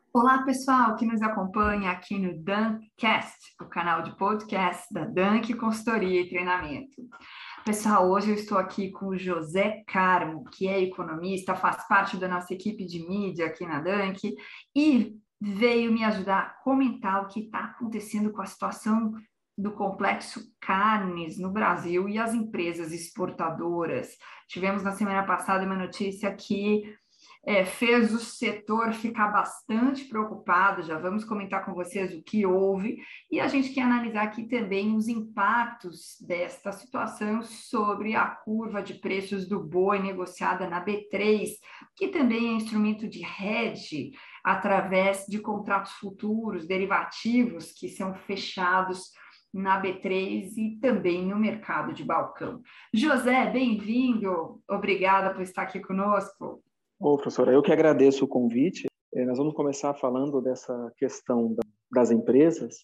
Olá, pessoal que nos acompanha aqui no Dunkcast, o canal de podcast da Dunk Consultoria e Treinamento. Pessoal, hoje eu estou aqui com o José Carmo, que é economista, faz parte da nossa equipe de mídia aqui na Dunk e veio me ajudar a comentar o que está acontecendo com a situação do complexo carnes no Brasil e as empresas exportadoras. Tivemos na semana passada uma notícia que fez o setor ficar bastante preocupado. Já vamos comentar com vocês o que houve, e a gente quer analisar aqui também os impactos desta situação sobre a curva de preços do boi negociada na B3, que também é instrumento de hedge através de contratos futuros, derivativos, que são fechados na B3 e também no mercado de balcão. José, bem-vindo, obrigada por estar aqui conosco. Ô, professora, eu que agradeço o convite. Nós vamos começar falando dessa questão das empresas.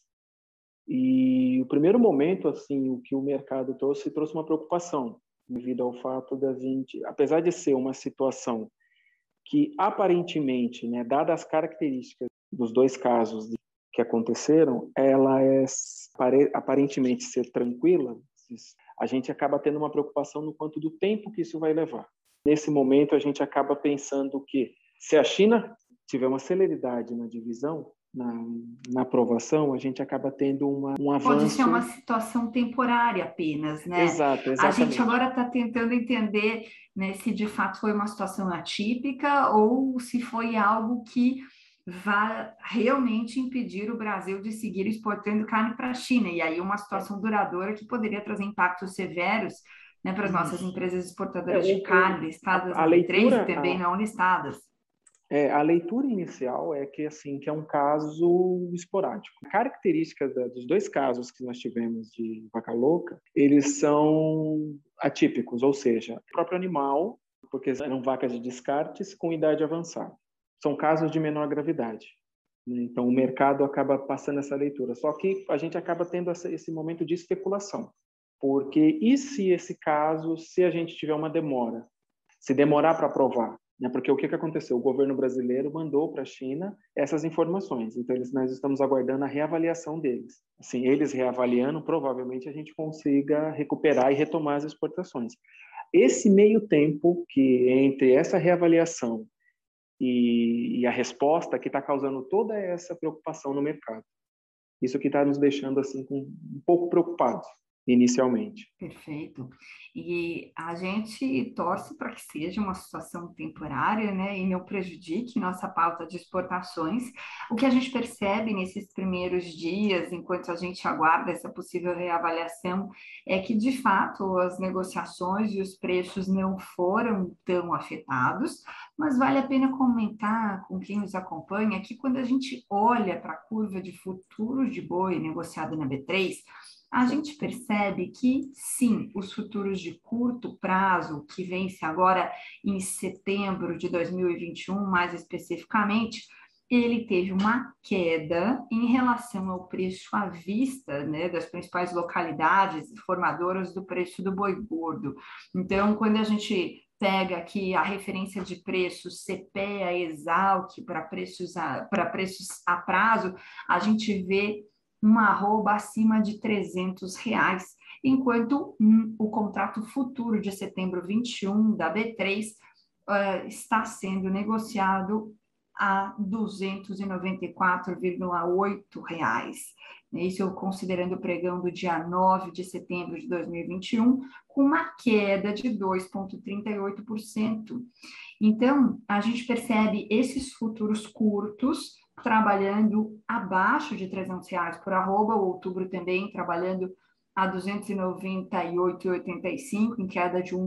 E o primeiro momento, assim, o que o mercado trouxe uma preocupação, devido ao fato da gente, apesar de ser uma situação que aparentemente, né, dadas as características dos dois casos que aconteceram, ela aparentemente ser tranquila, a gente acaba tendo uma preocupação no quanto do tempo que isso vai levar. Nesse momento, a gente acaba pensando que se a China tiver uma celeridade na divisão, na aprovação, a gente acaba tendo um avanço. Pode ser uma situação temporária apenas, né? Exato, exatamente. A gente agora está tentando entender, né, se de fato foi uma situação atípica ou se foi algo que vai realmente impedir o Brasil de seguir exportando carne para a China. E aí uma situação duradoura que poderia trazer impactos severos, né, para as nossas empresas exportadoras de carne listadas na B3 e também não listadas. A leitura inicial é que, assim, que é um caso esporádico. A característica dos dois casos que nós tivemos de vaca louca, eles são atípicos, ou seja, o próprio animal, porque eram vacas de descartes com idade avançada. São casos de menor gravidade. Então, o mercado acaba passando essa leitura. Só que a gente acaba tendo esse momento de especulação. Porque e se esse caso, se a gente tiver uma demora, se demorar para aprovar? Porque o que aconteceu? O governo brasileiro mandou para a China essas informações. Então, nós estamos aguardando a reavaliação deles. Assim, eles reavaliando, provavelmente a gente consiga recuperar e retomar as exportações. Esse meio tempo que entre essa reavaliação e a resposta que está causando toda essa preocupação no mercado. Isso que está nos deixando assim, um pouco preocupados. Inicialmente. Perfeito. E a gente torce para que seja uma situação temporária, né, e não prejudique nossa pauta de exportações. O que a gente percebe nesses primeiros dias, enquanto a gente aguarda essa possível reavaliação, é que, de fato, as negociações e os preços não foram tão afetados, mas vale a pena comentar com quem nos acompanha que quando a gente olha para a curva de futuros de boi negociada na B3, a gente percebe que, sim, os futuros de curto prazo, que vence agora em setembro de 2021, mais especificamente, ele teve uma queda em relação ao preço à vista, né, das principais localidades formadoras do preço do boi gordo. Então, quando a gente pega aqui a referência de preços CPEA, Exalc, para preços a prazo, a gente vê uma arroba acima de R$ 300, enquanto o contrato futuro de setembro 21 da B3 está sendo negociado a R$ 294,8. Isso considerando o pregão do dia 9 de setembro de 2021, com uma queda de 2,38%. Então, a gente percebe esses futuros curtos trabalhando abaixo de R$ 300 por arroba, o outubro também trabalhando a 298,85, em queda de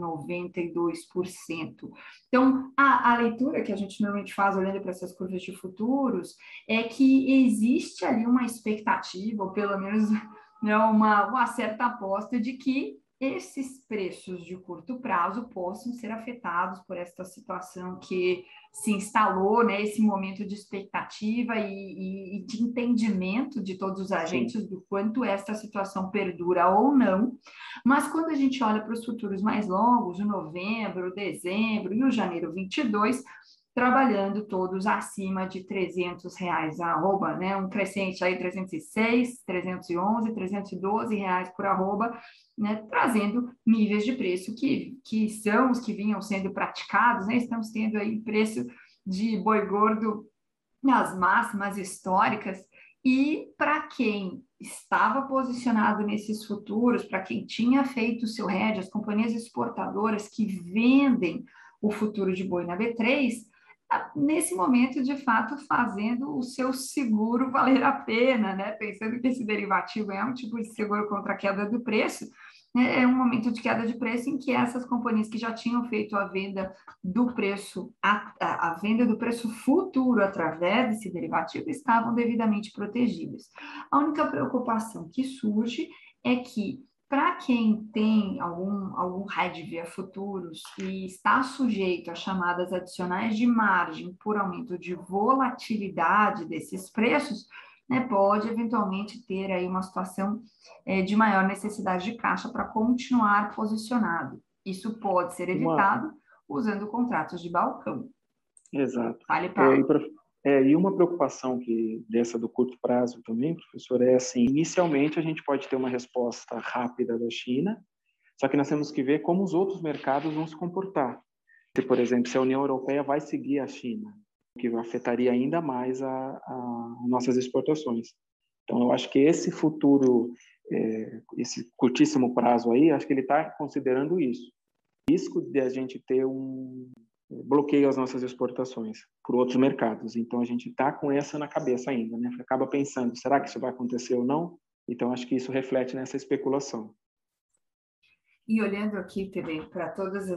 1,92%. Então, a leitura que a gente normalmente faz olhando para essas curvas de futuros é que existe ali uma expectativa, ou pelo menos, né, uma certa aposta de que esses preços de curto prazo possam ser afetados por esta situação que se instalou, né, esse momento de expectativa e de entendimento de todos os agentes. Sim. Do quanto esta situação perdura ou não. Mas quando a gente olha para os futuros mais longos, o novembro, o dezembro e o janeiro 22, trabalhando todos acima de R$ 300 a arroba, né? Um crescente aí 306, 311, R$ 312 por arroba, né? Trazendo níveis de preço que são os que vinham sendo praticados, né? Estamos tendo aí preço de boi gordo nas máximas históricas, e para quem estava posicionado nesses futuros, para quem tinha feito o seu hedge, as companhias exportadoras que vendem o futuro de boi na B3, nesse momento, de fato, fazendo o seu seguro valer a pena, né? Pensando que esse derivativo é um tipo de seguro contra a queda do preço, né? É um momento de queda de preço em que essas companhias que já tinham feito a venda do preço, a venda do preço futuro através desse derivativo estavam devidamente protegidas. A única preocupação que surge é que, para quem tem algum hedge via futuros e está sujeito a chamadas adicionais de margem por aumento de volatilidade desses preços, né, pode eventualmente ter aí uma situação de maior necessidade de caixa para continuar posicionado. Isso pode ser Uma, evitado usando contratos de balcão. exato. Fale, Paulo. E uma preocupação que dessa do curto prazo também, professor, é assim, inicialmente a gente pode ter uma resposta rápida da China, só que nós temos que ver como os outros mercados vão se comportar. Se, por exemplo, se a União Europeia vai seguir a China, que afetaria ainda mais a nossas exportações. Então, eu acho que esse futuro, esse curtíssimo prazo aí, acho que ele está considerando isso. O risco de a gente ter um bloqueio às nossas exportações por outros mercados. Então, a gente está com essa na cabeça ainda, né? Acaba pensando, será que isso vai acontecer ou não? Então, acho que isso reflete nessa especulação. E olhando aqui também para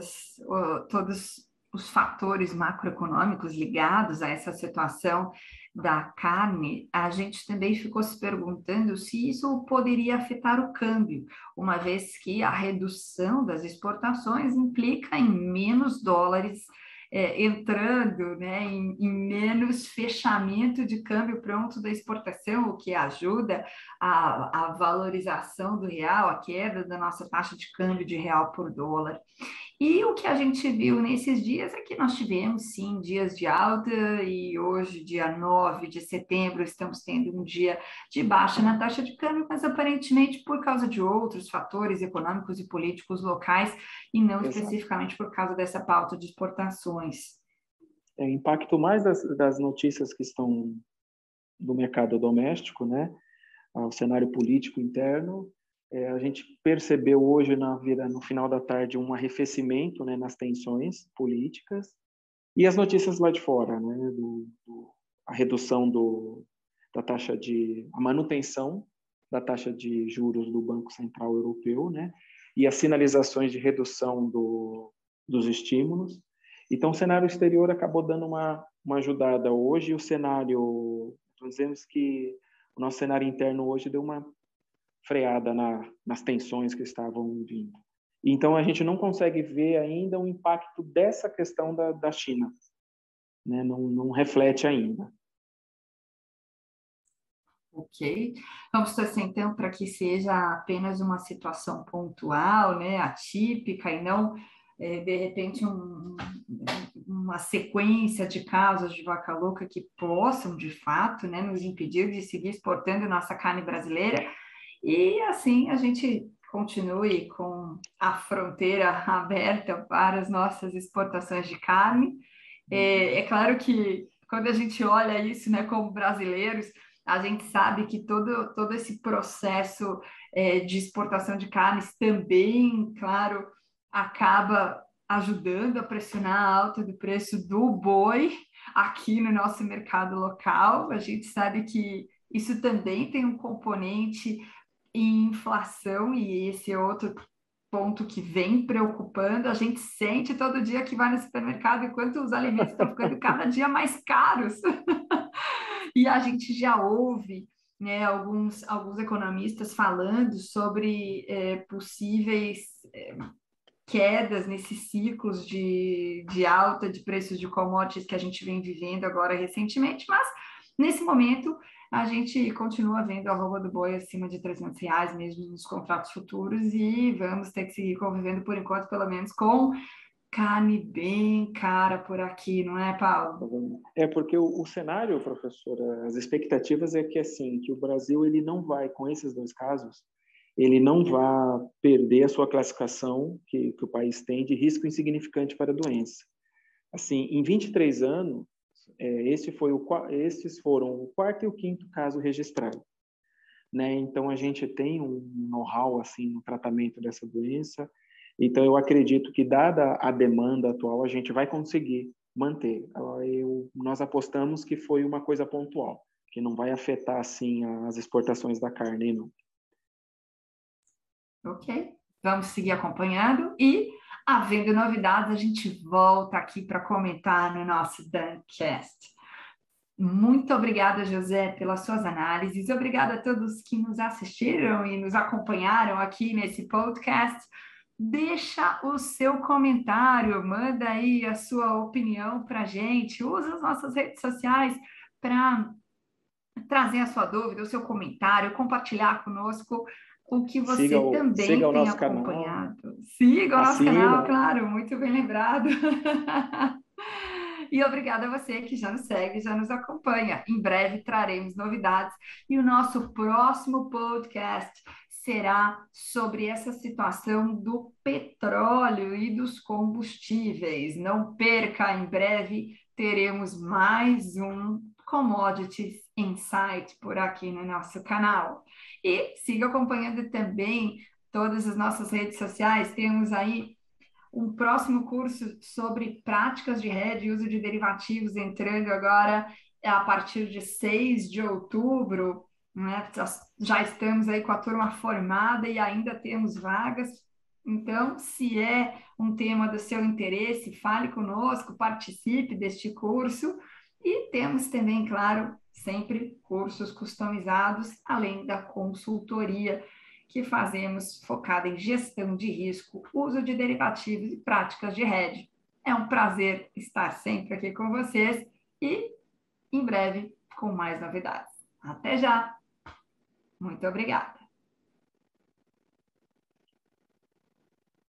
todos os fatores macroeconômicos ligados a essa situação da carne, a gente também ficou se perguntando se isso poderia afetar o câmbio, uma vez que a redução das exportações implica em menos dólares entrando, né, em menos fechamento de câmbio pronto da exportação, o que ajuda a valorização do real, a queda da nossa taxa de câmbio de real por dólar. E o que a gente viu nesses dias é que nós tivemos, sim, dias de alta, e hoje, dia 9 de setembro, estamos tendo um dia de baixa na taxa de câmbio, mas aparentemente por causa de outros fatores econômicos e políticos locais, e não Exato. especificamente por causa dessa pauta de exportações. Impacto mais das notícias que estão do mercado doméstico, né? O cenário político interno. A gente percebeu hoje no final da tarde um arrefecimento, né, nas tensões políticas e as notícias lá de fora, né, a redução da taxa a manutenção da taxa de juros do Banco Central Europeu, né, e as sinalizações de redução dos estímulos. Então, o cenário exterior acabou dando uma ajudada hoje, e o cenário, nós dizemos que o nosso cenário interno hoje deu uma freada nas tensões que estavam vindo. Então, a gente não consegue ver ainda o impacto dessa questão da China, né? Não reflete ainda. Ok, vamos torcer então para que seja apenas uma situação pontual, né, atípica, e não, de repente, uma sequência de casos de vaca louca que possam, de fato, né, nos impedir de seguir exportando nossa carne brasileira, e assim a gente continue com a fronteira aberta para as nossas exportações de carne. É claro que quando a gente olha isso, né, como brasileiros, a gente sabe que todo esse processo de exportação de carnes também, claro, acaba ajudando a pressionar a alta do preço do boi aqui no nosso mercado local. A gente sabe que isso também tem um componente em inflação, e esse é outro ponto que vem preocupando. A gente sente todo dia que vai no supermercado enquanto os alimentos estão ficando cada dia mais caros. E a gente já ouve, né, alguns economistas falando sobre possíveis quedas nesses ciclos de alta de preços de commodities que a gente vem vivendo agora recentemente, mas nesse momento a gente continua vendo a arroba do boi acima de R$ 300 mesmo nos contratos futuros, e vamos ter que seguir convivendo por enquanto, pelo menos com carne bem cara por aqui, não é, Paulo? É porque o cenário, professora, as expectativas é que assim, que o Brasil ele não vai, com esses dois casos, ele não vai perder a sua classificação que o país tem de risco insignificante para a doença. Assim, em 23 anos, esses foram o quarto e o quinto caso registrado, né? Então a gente tem um know-how assim no tratamento dessa doença. Então eu acredito que dada a demanda atual a gente vai conseguir manter. Nós apostamos que foi uma coisa pontual, que não vai afetar assim as exportações da carne, não. Ok, vamos seguir acompanhando e, havendo novidades, a gente volta aqui para comentar no nosso Dancast. Muito obrigada, José, pelas suas análises. Obrigada a todos que nos assistiram e nos acompanharam aqui nesse podcast. Deixa o seu comentário, manda aí a sua opinião para a gente. Usa as nossas redes sociais para trazer a sua dúvida, o seu comentário, compartilhar conosco o que você Siga também o tem nosso canal, acompanhado. Siga o nosso canal, assina. claro, muito bem lembrado. E obrigada a você que já nos segue, já nos acompanha. Em breve traremos novidades e o nosso próximo podcast será sobre essa situação do petróleo e dos combustíveis. Não perca, em breve teremos mais um Commodities Insight por aqui no nosso canal. E siga acompanhando também todas as nossas redes sociais. Temos aí um próximo curso sobre práticas de hedge e uso de derivativos entrando agora a partir de 6 de outubro, né? Já estamos aí com a turma formada e ainda temos vagas. Então, se é um tema do seu interesse, fale conosco, participe deste curso. E temos também, claro, sempre cursos customizados, além da consultoria que fazemos focada em gestão de risco, uso de derivativos e práticas de hedge. É um prazer estar sempre aqui com vocês e em breve com mais novidades. Até já! Muito obrigada!